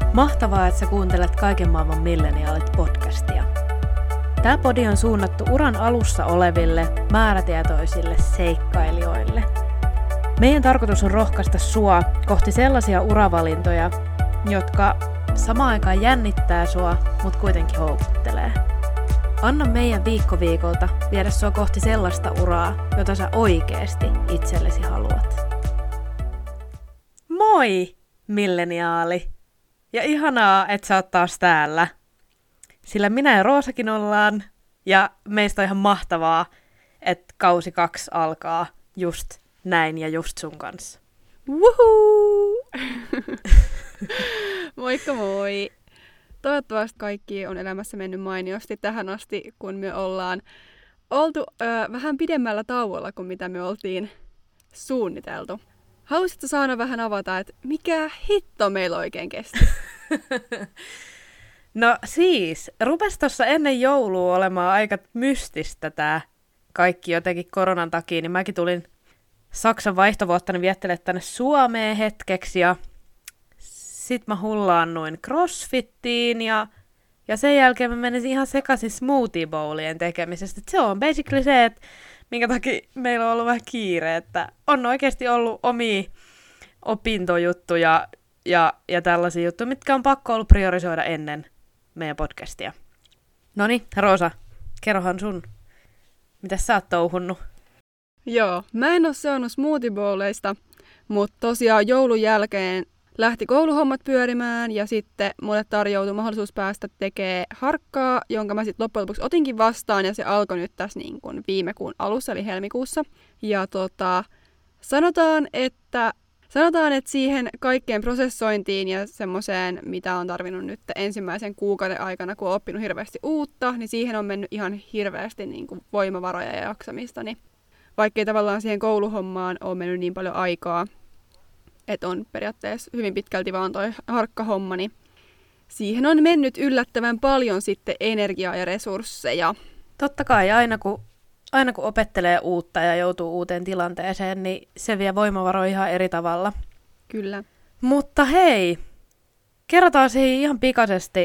Mahtavaa, että sä kuuntelet Kaiken maailman milleniaalit podcastia. Tämä podi on suunnattu uran alussa oleville, määrätietoisille seikkailijoille. Meidän tarkoitus on rohkaista sua kohti sellaisia uravalintoja, jotka samaan aikaan jännittää sua, mutta kuitenkin houkuttelee. Anna meidän viikko viikolta viedä sua kohti sellaista uraa, jota sä oikeasti itsellesi haluat. Moi, milleniaali! Ja ihanaa, että sä oot taas täällä. Sillä minä ja Roosakin ollaan, ja meistä on ihan mahtavaa, että kausi 2 alkaa just näin ja just sun kanssa. Wuhuu! Moikka moi! Toivottavasti kaikki on elämässä mennyt mainiosti tähän asti, kun me ollaan oltu vähän pidemmällä tauolla kuin mitä me oltiin suunniteltu. Haluaisitko Saana vähän avata, että mikä hitto meillä oikein kesti? No siis, rupesi tuossa ennen joulua olemaan aika mystistä tää kaikki jotenkin koronan takia, niin mäkin tulin Saksan vaihtovuottani viettelemään tänne Suomeen hetkeksi, ja sit mä hullaannuin crossfittiin, ja sen jälkeen mä menisin ihan sekaisin smoothie bowlien tekemisestä. Et se on basically se, että minkä takia meillä on ollut vähän kiire, että on oikeasti ollut omia opintojuttuja ja tällaisia juttuja, mitkä on pakko ollut priorisoida ennen meidän podcastia. Noniin, Roosa, kerrohan sun, mitä sä oot touhunnut? Joo, mä en oo seurannut smoothie bowleista, mutta tosiaan joulun jälkeen lähti kouluhommat pyörimään ja sitten mulle tarjoutui mahdollisuus päästä tekemään harkkaa, jonka mä sitten loppujen lopuksi otinkin vastaan ja se alkoi nyt tässä niin kuin viime kuun alussa eli helmikuussa. Ja sanotaan, että siihen kaikkeen prosessointiin ja semmoiseen, mitä on tarvinnut nyt ensimmäisen kuukauden aikana, kun on oppinut hirveästi uutta, niin siihen on mennyt ihan hirveästi niin kuin voimavaroja ja jaksamista. Niin vaikkei tavallaan siihen kouluhommaan ole mennyt niin paljon aikaa, että on periaatteessa hyvin pitkälti vaan toi harkkahomma, niin siihen on mennyt yllättävän paljon sitten energiaa ja resursseja. Totta kai, aina kun opettelee uutta ja joutuu uuteen tilanteeseen, niin se vie voimavaroja ihan eri tavalla. Kyllä. Mutta hei, kerrotaan siihen ihan pikaisesti,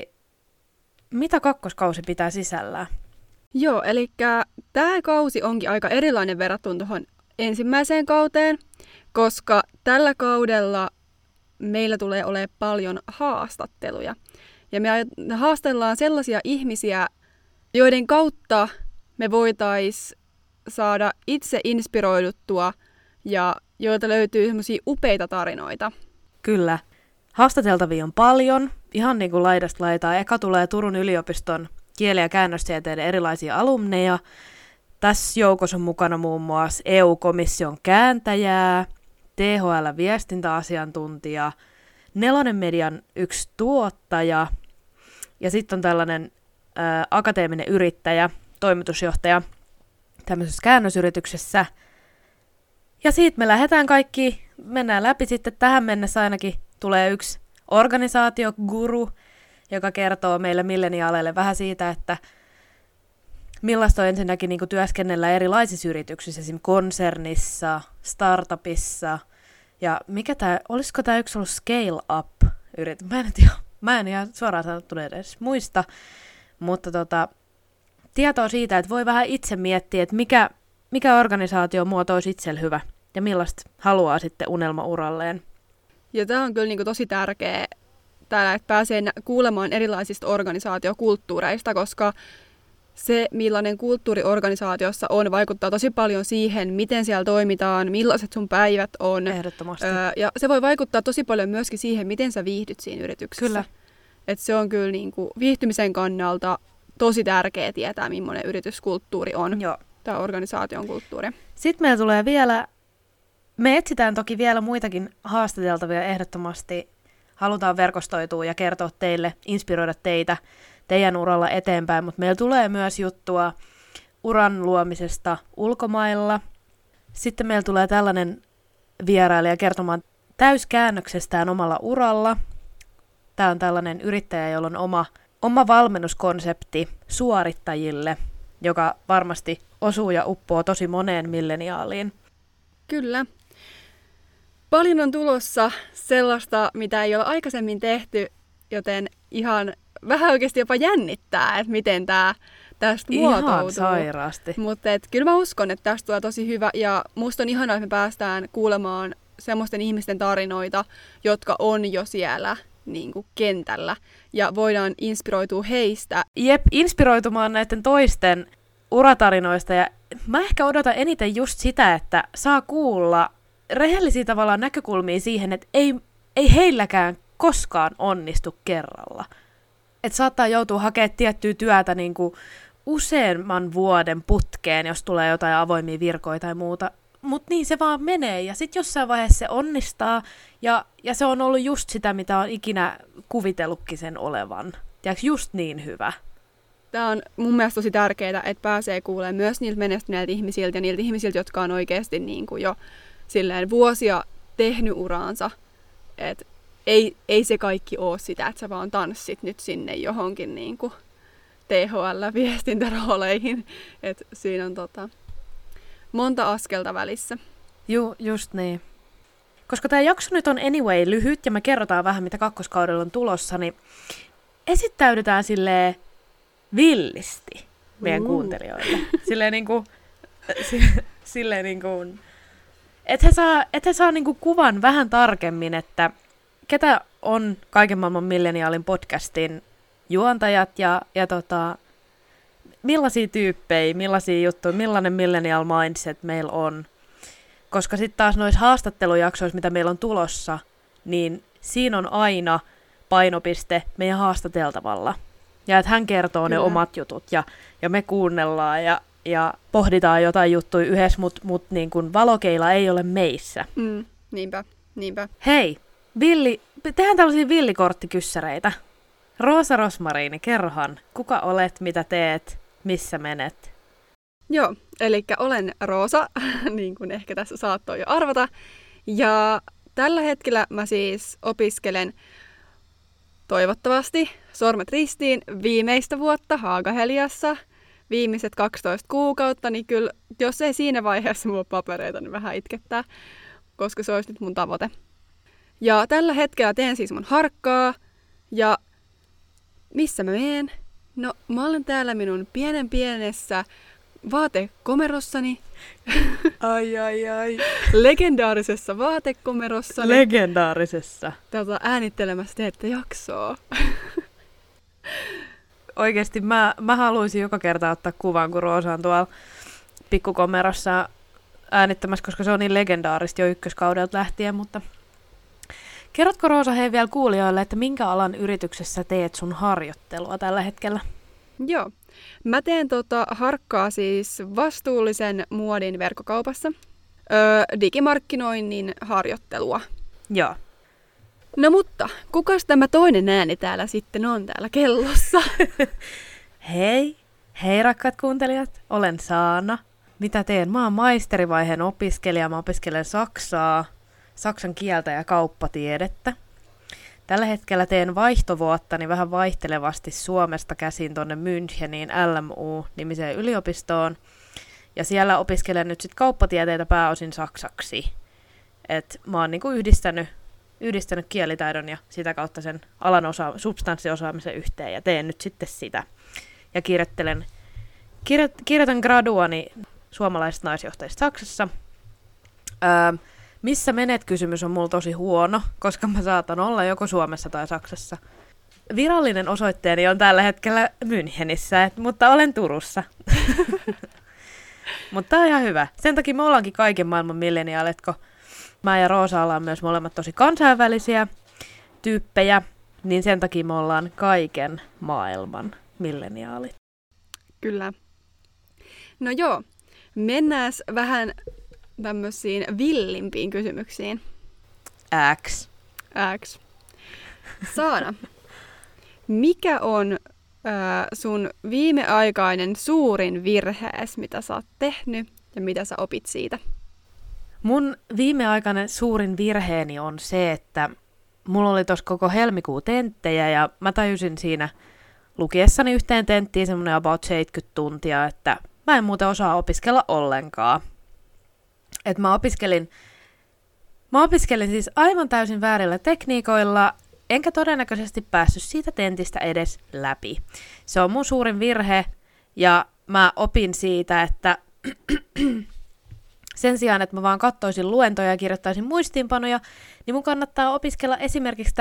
mitä kakkoskausi pitää sisällään. Joo, eli tämä kausi onkin aika erilainen verrattuna tuohon ensimmäiseen kauteen, koska tällä kaudella meillä tulee olemaan paljon haastatteluja. Ja me haastellaan sellaisia ihmisiä, joiden kautta me voitaisiin saada itse inspiroiduttua ja joilta löytyy semmoisia upeita tarinoita. Kyllä. Haastateltavia on paljon, ihan niin kuin laidasta laitaa. Eka tulee Turun yliopiston kieli- ja käännöstieteiden erilaisia alumneja. Tässä joukossa on mukana muun muassa EU-komission kääntäjää, THL-viestintäasiantuntija, Nelonen Median yksi tuottaja ja sitten on tällainen akateeminen yrittäjä, toimitusjohtaja tämmöisessä käännösyrityksessä. Ja siitä me lähdetään mennään läpi sitten tähän mennessä ainakin tulee yksi organisaatioguru, joka kertoo meille milleniaaleille vähän siitä, että millaista on ensinnäkin niin kuin työskennellä erilaisissa yrityksissä, esimerkiksi konsernissa, startupissa, ja olisiko tämä yksi ollut scale up yritys? Mä en ihan suoraan sanottuna edes muista, mutta tietoa siitä, että voi vähän itse miettiä, että mikä organisaatiomuoto olisi itselle hyvä, ja millaista haluaa sitten unelmauralleen. Ja tämä on kyllä niin kuin tosi tärkeä, että pääsee kuulemaan erilaisista organisaatiokulttuureista, koska se, millainen kulttuuri organisaatiossa on, vaikuttaa tosi paljon siihen, miten siellä toimitaan, millaiset sun päivät on. Ehdottomasti. Ja se voi vaikuttaa tosi paljon myöskin siihen, miten sä viihdyt siinä yrityksessä. Kyllä. Et se on kyllä niin kuin viihtymisen kannalta tosi tärkeää tietää, millainen yrityskulttuuri on. Joo. Tämä organisaation kulttuuri. Sitten meillä tulee vielä, me etsitään toki vielä muitakin haastateltavia ehdottomasti. Halutaan verkostoitua ja kertoa teille, inspiroida teitä teidän uralla eteenpäin, mutta meillä tulee myös juttua uran luomisesta ulkomailla. Sitten meillä tulee tällainen vierailija kertomaan täyskäännöksestään omalla uralla. Tämä on tällainen yrittäjä, jolla on oma valmennuskonsepti suorittajille, joka varmasti osuu ja uppoo tosi moneen milleniaaliin. Kyllä. Paljon on tulossa sellaista, mitä ei ole aikaisemmin tehty, joten ihan vähän oikeasti jopa jännittää, että miten tästä muotoutuu. Ihan sairaasti. Mutta kyllä mä uskon, että tästä tulee tosi hyvä ja musta on ihanaa, että me päästään kuulemaan semmoisten ihmisten tarinoita, jotka on jo siellä niin kuin kentällä ja voidaan inspiroitua heistä. Jep, inspiroitumaan näiden toisten uratarinoista ja mä ehkä odotan eniten just sitä, että saa kuulla rehellisiä tavallaan näkökulmia siihen, että ei heilläkään koskaan onnistu kerralla. Että saattaa joutua hakemaan tiettyä työtä niin kuin useamman vuoden putkeen, jos tulee jotain avoimia virkoja tai muuta. Mutta niin se vaan menee ja sitten jossain vaiheessa se onnistaa ja se on ollut just sitä, mitä on ikinä kuvitellutkin sen olevan. Tiedätkö, just niin hyvä. Tämä on mun mielestä tosi tärkeää, että pääsee kuulemaan myös niiltä menestyneiltä ihmisiltä ja niiltä ihmisiltä, jotka on oikeasti niin kuin jo silleen vuosia tehnyt uraansa. Et ei se kaikki ole sitä, että sä vaan tanssit nyt sinne johonkin niin kuin THL-viestintärooleihin. Et siinä on monta askelta välissä. Juu, just niin. Koska tämä jakso nyt on anyway lyhyt ja me kerrotaan vähän, mitä kakkoskaudella on tulossa, niin esittäydytään silleen villisti meidän kuuntelijoille. Silleen niinku, että he saa niinku kuvan vähän tarkemmin, että ketä on Kaiken maailman milleniaalin podcastin juontajat ja millaisia tyyppejä, millaisia juttuja, millainen millennial mindset meillä on. Koska sitten taas noissa haastattelujaksoissa, mitä meillä on tulossa, niin siinä on aina painopiste meidän haastateltavalla. Ja että hän kertoo ne omat jutut ja me kuunnellaan ja pohditaan jotain juttuja yhdessä, mutta niin kun valokeila ei ole meissä. Niinpä. Hei, tehdään tällaisia villikorttikyssäreitä. Roosa Rosmariini, kerrohan, kuka olet, mitä teet, missä menet? Joo, eli olen Roosa, niin kuin ehkä tässä saattoi jo arvata. Ja tällä hetkellä mä siis opiskelen toivottavasti sormet ristiin viimeistä vuotta Haagaheliassa. Viimeiset 12 kuukautta, niin kyllä jos ei siinä vaiheessa mulla papereita, niin vähän itkettää, koska se olisi nyt mun tavoite. Ja tällä hetkellä teen siis mun harkkaa ja missä mä menen? No, mä olen täällä minun pienessä vaatekomerossani. Ai. Legendaarisessa vaatekomerossani. Legendaarisessa. Äänittelemässä teette jaksoa. Oikeesti mä haluaisin joka kerta ottaa kuvan, kun Roosa on tuolla pikkukomerossa äänittämässä, koska se on niin legendaarista jo ykköskaudelta lähtien, mutta kerrotko Roosa vielä kuulijoille, että minkä alan yrityksessä teet sun harjoittelua tällä hetkellä? Joo. Mä teen harkkaa siis vastuullisen muodin verkkokaupassa. Digimarkkinoinnin harjoittelua. Joo. No mutta, kukas tämä toinen ääni täällä sitten on täällä kellossa? Hei rakkaat kuuntelijat, olen Saana. Mitä teen? Mä oon maisterivaiheen opiskelija, mä opiskelen saksan kieltä ja kauppatiedettä. Tällä hetkellä teen vaihtovuottani vähän vaihtelevasti Suomesta käsin tonne Müncheniin LMU-nimiseen yliopistoon. Ja siellä opiskelen nyt sit kauppatieteitä pääosin saksaksi. Et mä oon niinku yhdistänyt kielitaidon ja sitä kautta sen alan substanssiosaamisen yhteen ja teen nyt sitten sitä. Ja kirjoitan graduani suomalaisesta naisjohtajista Saksassa. Missä menet kysymys on mulla tosi huono, koska mä saatan olla joko Suomessa tai Saksassa. Virallinen osoitteeni on tällä hetkellä Münchenissä, mutta olen Turussa. Mutta tää on ihan hyvä. Sen takia me ollaankin kaiken maailman milleniaalit, kun mä ja Roosa ollaan myös molemmat tosi kansainvälisiä tyyppejä, niin sen takia me ollaan kaiken maailman milleniaalit. Kyllä. No joo, mennään vähän tämmöisiin villimpiin kysymyksiin. X. Saana, mikä on sun viimeaikainen suurin virhees, mitä sä oot tehnyt ja mitä sä opit siitä? Mun viimeaikainen suurin virheeni on se, että mulla oli tossa koko helmikuu tenttejä ja mä tajusin siinä lukiessani yhteen tenttiin semmoinen about 70 tuntia, että mä en muuten osaa opiskella ollenkaan. Et mä opiskelin siis aivan täysin väärillä tekniikoilla enkä todennäköisesti päässyt siitä tentistä edes läpi. Se on mun suurin virhe, ja mä opin siitä, että sen sijaan, että mä vaan katsoisin luentoja ja kirjoittaisin muistiinpanoja, niin mun kannattaa opiskella esimerkiksi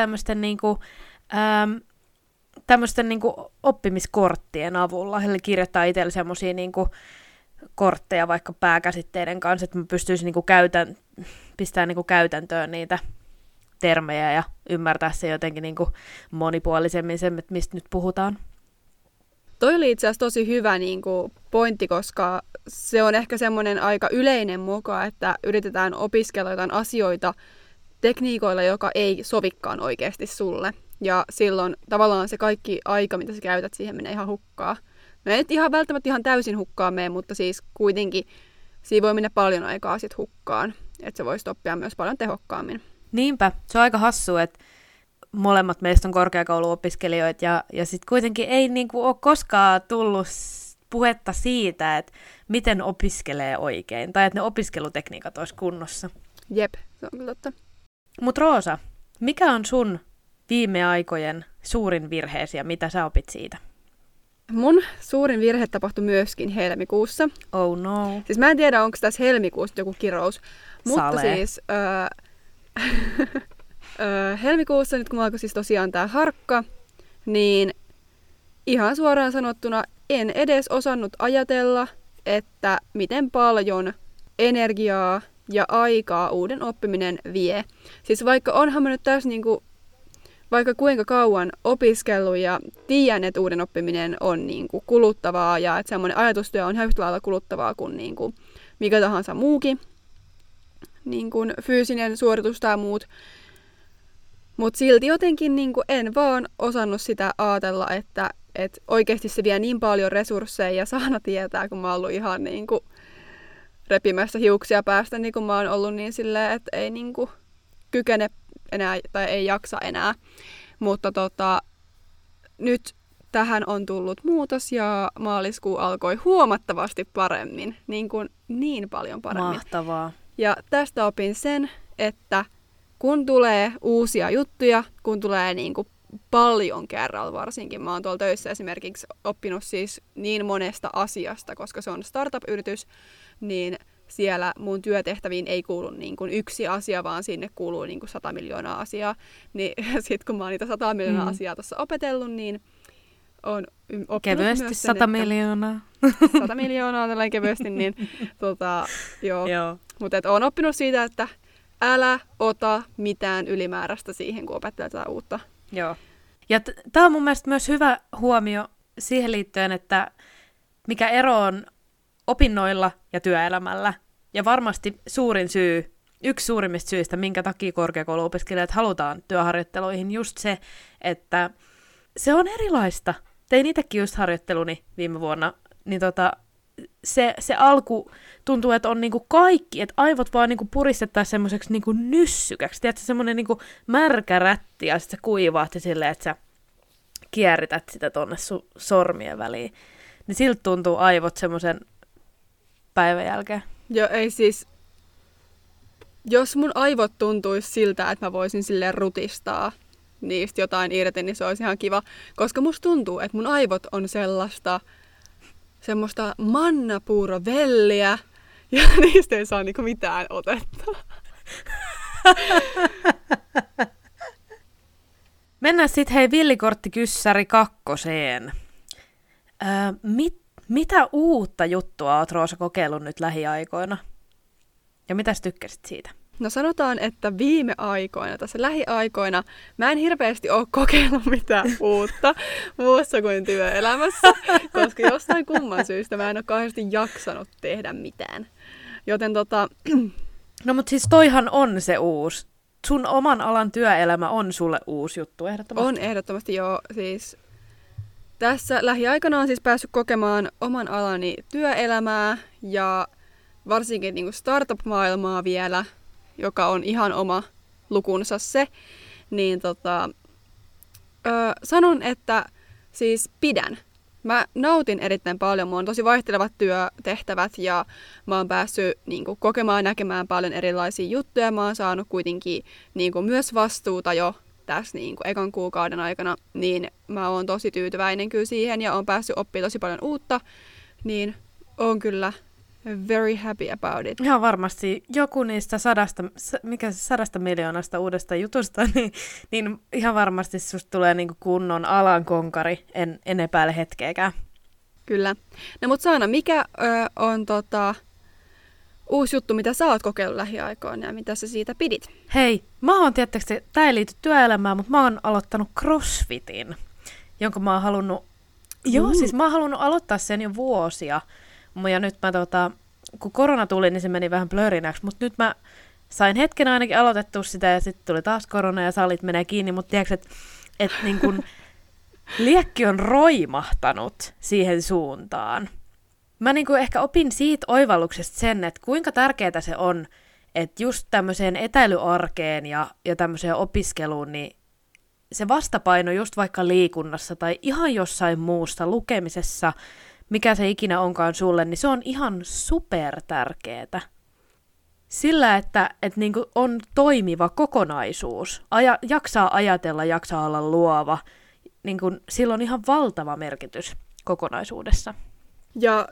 tämmöisten oppimiskorttien avulla. Eli kirjoittaa itselle semmosia kortteja vaikka pääkäsitteiden kanssa, että mä pystyisin pistää käytäntöön niitä termejä ja ymmärtää se jotenkin monipuolisemmin sen, että mistä nyt puhutaan. Toi oli itse asiassa tosi hyvä pointti, koska se on ehkä semmoinen aika yleinen muka, että yritetään opiskella jotain asioita tekniikoilla, joka ei sovikaan oikeasti sulle. Ja silloin tavallaan se kaikki aika, mitä sä käytät, siihen menee ihan hukkaan. No ei ihan välttämättä ihan täysin hukkaan mene, mutta siis kuitenkin siinä voi mennä paljon aikaa sit hukkaan. Että se voisi oppia myös paljon tehokkaammin. Niinpä. Se on aika hassua, että molemmat meistä on korkeakouluopiskelijoita ja sitten kuitenkin ei ole koskaan tullut puhetta siitä, että miten opiskelee oikein tai että ne opiskelutekniikat olisi kunnossa. Jep, se on kyllä totta. Mut Roosa, mikä on sun viime aikojen suurin virheesi ja mitä sä opit siitä? Mun suurin virhe tapahtui myöskin helmikuussa. Oh no. Siis mä en tiedä, onko tässä helmikuussa joku kirous. Mutta siis helmikuussa, nyt kun mä alkoi siis tosiaan tää harkka, niin ihan suoraan sanottuna en edes osannut ajatella, että miten paljon energiaa ja aikaa uuden oppiminen vie. Siis vaikka onhan mä nyt tässä vaikka kuinka kauan opiskellut ja tiedän, että uuden oppiminen on kuluttavaa ja että semmoinen ajatustyö on ihan yhtä lailla kuluttavaa kuin mikä tahansa muukin, fyysinen suoritus tai muut. Mutta silti jotenkin en vaan osannut sitä ajatella, että oikeasti se vie niin paljon resursseja ja saana tietää, kun mä oon ollut ihan repimässä hiuksia päästä, niin kun mä oon ollut niin silleen, että ei kykene enää tai ei jaksa enää. Mutta nyt tähän on tullut muutos ja maaliskuu alkoi huomattavasti paremmin, niin paljon paremmin. Mahtavaa. Ja tästä opin sen, että kun tulee uusia juttuja, kun tulee paljon kerralla varsinkin, mä oon tuolla töissä esimerkiksi oppinut siis niin monesta asiasta, koska se on startup-yritys, niin siellä mun työtehtäviin ei kuulu yksi asia, vaan sinne kuuluu 100 miljoonaa asiaa. Niin sit kun mä oon niitä 100 miljoonaa asiaa tuossa opetellut, niin on oppinut kevyesti myös 100 miljoonaa. 100 miljoonaa tällainen kevyesti, niin joo. Joo. Mutta oon oppinut siitä, että älä ota mitään ylimääräistä siihen, kun opettelet jotain uutta. Joo. Ja tää on mun mielestä myös hyvä huomio siihen liittyen, että mikä ero on opinnoilla ja työelämällä. Ja varmasti yksi suurimmista syistä, minkä takia korkeakouluopiskelijat halutaan työharjoitteluihin, just se, että se on erilaista. Tein itsekin just harjoitteluni viime vuonna, niin se alku tuntuu, että on kaikki, että aivot vaan puristettaisiin semmoiseksi nyssykäksi. Tiedätkö, semmoinen märkä rätti ja sitten se kuivahti silleen, että sä kierrität sitä tonne sormien väliin. Niin siltä tuntuu aivot semmoisen päivän jälkeen. Joo, ei siis, jos mun aivot tuntuisi siltä, että mä voisin silleen rutistaa niistä jotain irti, niin se olisi ihan kiva. Koska musta tuntuu, että mun aivot on semmoista mannapuurovelliä, ja niistä ei saa mitään otetta. Mennään sitten hei villikorttikyssäri 2. Mitä uutta juttua oot Roosa kokeillut nyt lähiaikoina? Ja mitäs tykkäsit siitä? No sanotaan, että viime aikoina, tässä lähiaikoina, mä en hirveästi ole kokeillut mitään uutta muussa kuin työelämässä, koska jostain kumman syystä mä en ole kauheasti jaksanut tehdä mitään. Joten No mut siis toihan on se uusi. Sun oman alan työelämä on sulle uusi juttu ehdottomasti. On ehdottomasti joo, siis tässä lähiaikana on siis päässyt kokemaan oman alani työelämää ja varsinkin startup-maailmaa vielä, joka on ihan oma lukunsa se, niin sanon, että siis pidän. Mä nautin erittäin paljon, mulla on tosi vaihtelevat työtehtävät ja mä oon päässyt kokemaan ja näkemään paljon erilaisia juttuja. Mä oon saanut kuitenkin myös vastuuta jo tässä niin kuin ekan kuukauden aikana, niin mä oon tosi tyytyväinen kyllä siihen ja oon päässyt oppimaan tosi paljon uutta, niin oon kyllä very happy about it. Ihan varmasti joku niistä 100 miljoonasta uudesta jutusta, niin ihan varmasti susta tulee niinku kunnon alan konkari, en epäile hetkeäkään. Kyllä. No mut Saana, mikä on uusi juttu, mitä sä oot kokeillut lähiaikoina ja mitä sä siitä pidit? Hei, mä oon tietysti, tää ei liity työelämään, mutta mä oon aloittanut CrossFitin, jonka mä oon halunnut, siis mä oon halunnut aloittaa sen jo vuosia. Ja nyt mä kun korona tuli, niin se meni vähän blörinäksi, mutta nyt mä sain hetken ainakin aloitettua sitä ja sitten tuli taas korona ja salit menee kiinni, mutta tiedätkö, että niin kun liekki on roimahtanut siihen suuntaan. Mä niin kun ehkä opin siitä oivalluksesta sen, että kuinka tärkeää se on, että just tämmöiseen etäilyarkeen ja tämmöiseen opiskeluun, niin se vastapaino just vaikka liikunnassa tai ihan jossain muusta lukemisessa, mikä se ikinä onkaan sulle, niin se on ihan super tärkeetä. Sillä, että niinku on toimiva kokonaisuus, jaksaa ajatella, jaksaa olla luova, niinku, sillä on ihan valtava merkitys kokonaisuudessa. Ja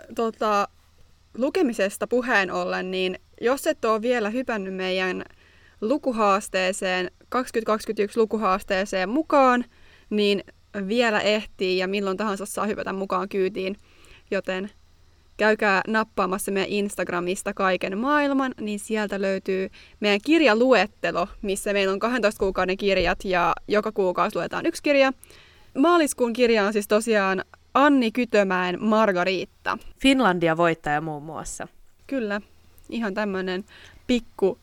lukemisesta puheen ollen, niin jos et ole vielä hypännyt meidän lukuhaasteeseen, 2021 lukuhaasteeseen mukaan, niin vielä ehtii ja milloin tahansa saa hypätä mukaan kyytiin. Joten käykää nappaamassa meidän Instagramista kaiken maailman, niin sieltä löytyy meidän kirjaluettelo, missä meillä on 12 kuukauden kirjat ja joka kuukausi luetaan yksi kirja. Maaliskuun kirja on siis tosiaan Anni Kytömäen Margariitta. Finlandia-voittaja muun muassa. Kyllä, ihan tämmöinen pikku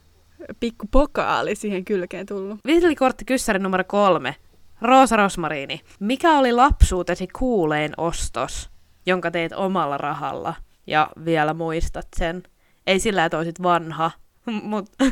pokaali siihen kylkeen tullut. Vihlikortti kyssäri numero 3. Roosa Rosmariini. Mikä oli lapsuutesi kuulein ostos, jonka teit omalla rahalla ja vielä muistat sen? Ei sillä, että olisit vanha, mutta...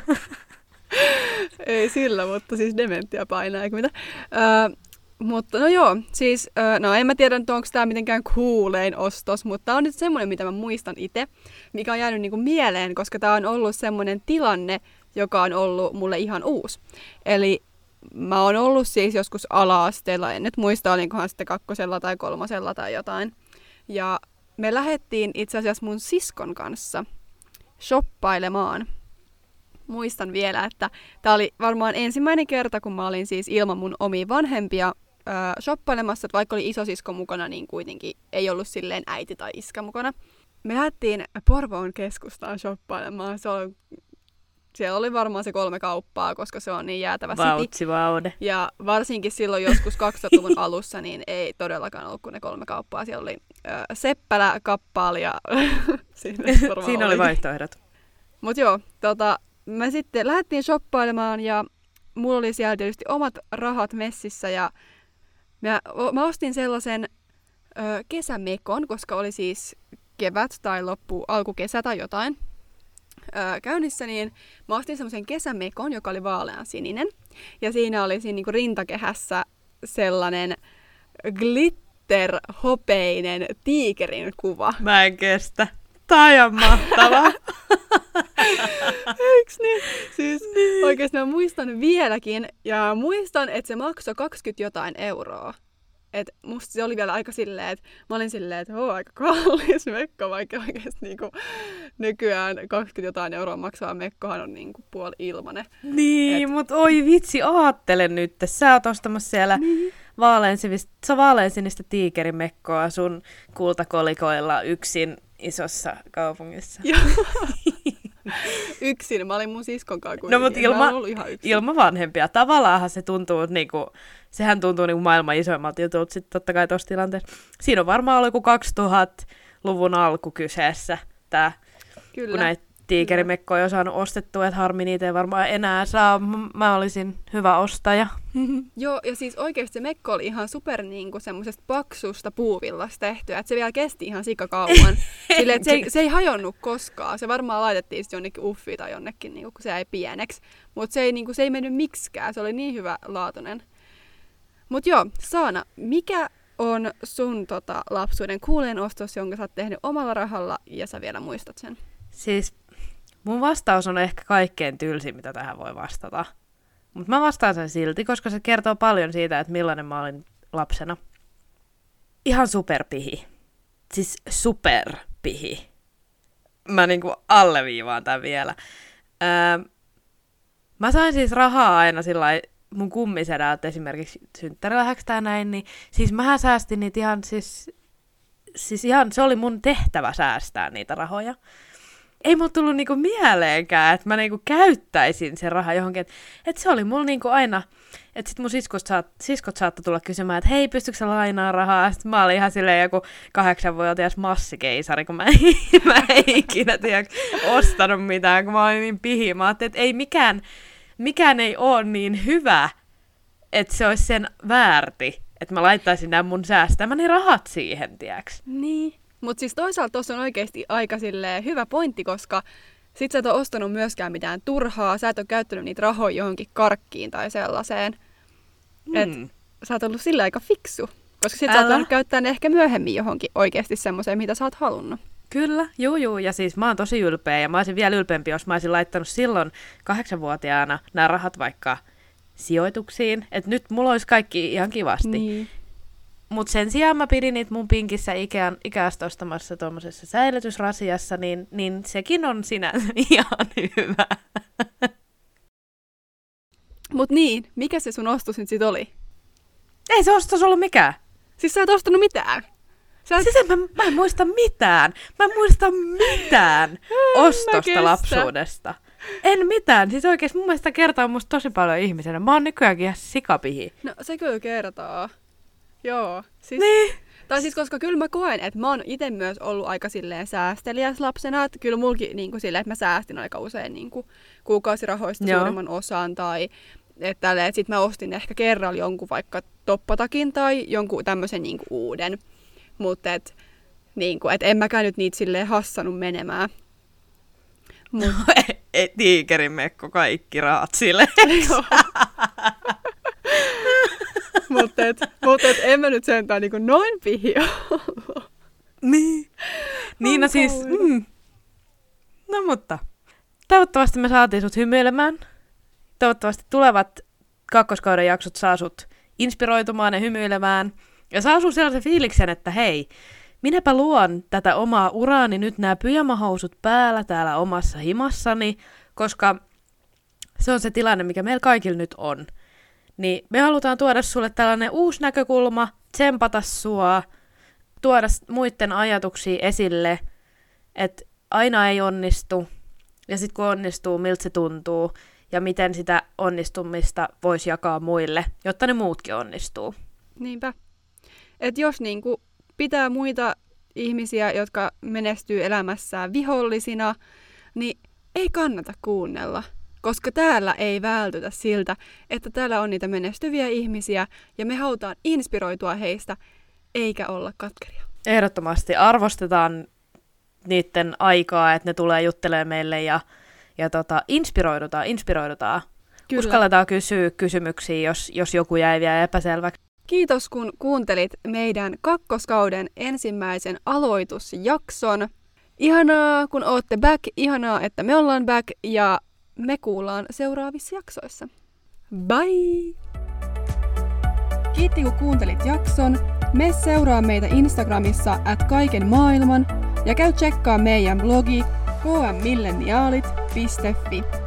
Ei sillä, mutta siis dementia painaa, eikö mitä? Mutta no joo, siis no en mä tiedä, onko tämä mitenkään kuulein ostos, mutta tämä on nyt semmoinen, mitä mä muistan itse, mikä on jäänyt niinku mieleen, koska tämä on ollut semmoinen tilanne, joka on ollut mulle ihan uusi. Eli mä oon ollut siis joskus ala-asteella, en nyt muista, olinkohan sitten 2. tai 3. tai jotain. Ja me lähdettiin itse asiassa mun siskon kanssa shoppailemaan. Muistan vielä, että tämä oli varmaan ensimmäinen kerta, kun mä olin siis ilman mun omia vanhempia shoppailemassa, että vaikka oli isosisko mukana, niin kuitenkin ei ollut silleen äiti tai iskä mukana. Me lähdettiin Porvoon keskustaan shoppailemaan. Siellä oli varmaan se 3 kauppaa, koska se on niin jäätävä city. Ja varsinkin silloin joskus 2000-luvun alussa, niin ei todellakaan ollut kuin ne 3 kauppaa. Siellä oli Seppälä, Kappaal ja siinä oli vaihtoehdot. Mutta joo, me sitten lähdettiin shoppailemaan ja mulla oli siellä tietysti omat rahat messissä ja mä ostin sellaisen kesämekon, koska oli siis kevät tai alkukesä tai jotain käynnissä, niin mä ostin semmoisen kesämekon, joka oli vaaleansininen. Ja siinä oli siinä niinku rintakehässä sellainen glitter-hopeinen tiikerin kuva. Mä en kestä. Tai on mahtavaa. Eiks niin? Siis oikeesti mä muistan vieläkin, ja muistan, että se maksoi 20 jotain euroa. Et musta se oli vielä aika silleen, että mä olin silleen, että aika kallis mekko, vaikka oikeesti niinku nykyään 20 jotain euroa maksava mekkohan on niinku puoli ilmanen. Niin, mut oi vitsi, aattele nyt, sä oot ostamassa siellä vaaleansinistä tiikerimekkoa sun kultakolikoilla yksin isossa kaupungissa. Yksin, mä olin mun siskon kanssa kuitenkin. No mutta ilman vanhempia. Tavallaanhan se tuntuu, niinku, sehän tuntuu niinku maailman isoimmalta jutulta sitten totta kai tossa tilanteessa. Siinä on varmaan ollut joku 2000-luvun alku kyseessä tää, kun näitä tiikerimekkoja on saanut ostettua, että harmi niitä ei varmaan enää saa. Mä olisin hyvä ostaja. Joo, ja siis oikeesti se mekko oli ihan super niinku semmosesta paksusta puuvillasta tehtyä, että se vielä kesti ihan sikakauan. Silleen, että se ei hajonnut koskaan. Se varmaan laitettiin sitten jonnekin uffiin tai jonnekin, niinku, kun se jäi pieneksi. Mutta se ei mennyt miksikään, se oli niin hyvä laatuinen. Mut joo, Saana, mikä on sun lapsuuden kuulein ostos, jonka sä oot tehnyt omalla rahalla ja sä vielä muistat sen? Siis mun vastaus on ehkä kaikkein tylsin, mitä tähän voi vastata. Mutta mä vastaan sen silti, koska se kertoo paljon siitä, että millainen mä olin lapsena. Ihan superpihi. Siis superpihi. Mä niinku alleviivaan tämän vielä. Mä sain siis rahaa aina sillai mun kummisedältä esimerkiksi synttärilahjaksi tai näin, niin siis mähän säästin niitä ihan siis ihan se oli mun tehtävä säästää niitä rahoja. Ei mulla tullut niinku mieleenkään, että mä niinku käyttäisin sen rahan johonkin. Että se oli mulla niinku aina, että sit mun siskot saattoi tulla kysymään, että hei, pystytkö sä lainaa rahaa? Sitten mä olin ihan silleen joku 8-vuotias massikeisari, kun mä en ikinä ostanut mitään, kun mä olin niin pihi. Mä ajattelin, että ei mikään ei ole niin hyvä, että se olisi sen väärti, että mä laittaisin nämä mun säästämäni rahat siihen, tiiäks? Niin. Mutta siis toisaalta tuossa on oikeasti aika hyvä pointti, koska sit sä et ole ostanut myöskään mitään turhaa, sä et ole käyttänyt niitä rahoja johonkin karkkiin tai sellaiseen. Että sä oot ollut sillä aika fiksu, koska sit sä oot voinut käyttää ne ehkä myöhemmin johonkin oikeasti semmoiseen, mitä sä oot halunnut. Kyllä, juu, ja siis mä oon tosi ylpeä, ja mä olisin vielä ylpeämpi, jos mä olisin laittanut silloin 8-vuotiaana nämä rahat vaikka sijoituksiin, että nyt mulla olisi kaikki ihan kivasti. Niin. Mutta sen sijaan mä pidin niitä mun pinkissä Ikeasta ostamassa tuommoisessa säilytysrasiassa, niin sekin on sinänsä ihan hyvä. Mut niin, mikä se sun ostos nyt sit oli? Ei se ostos ollut mikään. Siis sä et ostanut mitään? Siis mä en muista mitään. Mä en muista mitään ostosta lapsuudesta. En mitään. Siis oikeesti mun mielestä kertoo musta tosi paljon ihmisenä. Mä oon nykyäänkin ihan sikapihi. No se kyllä kertoo. Joo. Siis, niin. Tai siis koska kyllä mä koen, että mä oon ite myös ollut aika silleen säästeliäs lapsena. Että kyllä mulki niin silleen, että mä säästin aika usein niin kuukausirahoista suurimman osan. Tai että sit mä ostin ehkä kerralla jonkun vaikka toppatakin tai jonkun tämmöisen niin uuden. Mutta et en mäkään nyt niitä silleen hassannut menemään. No, tiikerin mekko kaikki rahat silleen. Mutta en mä nyt sentään niinku noin pihi ollut. Niin, no siis, no mutta, toivottavasti me saatiin sut hymyilemään. Toivottavasti tulevat kakkoskauden jaksot saa sut inspiroitumaan ja hymyilemään. Ja saa sun sellaisen fiiliksen, että hei, minäpä luon tätä omaa uraani nyt nämä pyjamahousut päällä täällä omassa himassani, koska se on se tilanne, mikä meillä kaikilla nyt on. Niin me halutaan tuoda sulle tällainen uusi näkökulma, tsempata sua, tuoda muiden ajatuksia esille, että aina ei onnistu, ja sitten kun onnistuu, miltä se tuntuu, ja miten sitä onnistumista voisi jakaa muille, jotta ne muutkin onnistuu. Niinpä. Että jos niinku pitää muita ihmisiä, jotka menestyy elämässään vihollisina, niin ei kannata kuunnella. Koska täällä ei vältytä siltä, että täällä on niitä menestyviä ihmisiä ja me halutaan inspiroitua heistä, eikä olla katkeria. Ehdottomasti arvostetaan niiden aikaa, että ne tulee juttelemaan meille ja inspiroidutaan. Kyllä. Uskalletaan kysyä kysymyksiä, jos joku jäi vielä epäselväksi. Kiitos, kun kuuntelit meidän kakkoskauden ensimmäisen aloitusjakson. Ihanaa, kun ootte back. Ihanaa, että me ollaan back ja me kuullaan seuraavissa jaksoissa. Bye! Kiitti, kun kuuntelit jakson. Me seuraa meitä Instagramissa @kaikenmaailman ja käy tsekkaa meidän blogi kmmilleniaalit.fi.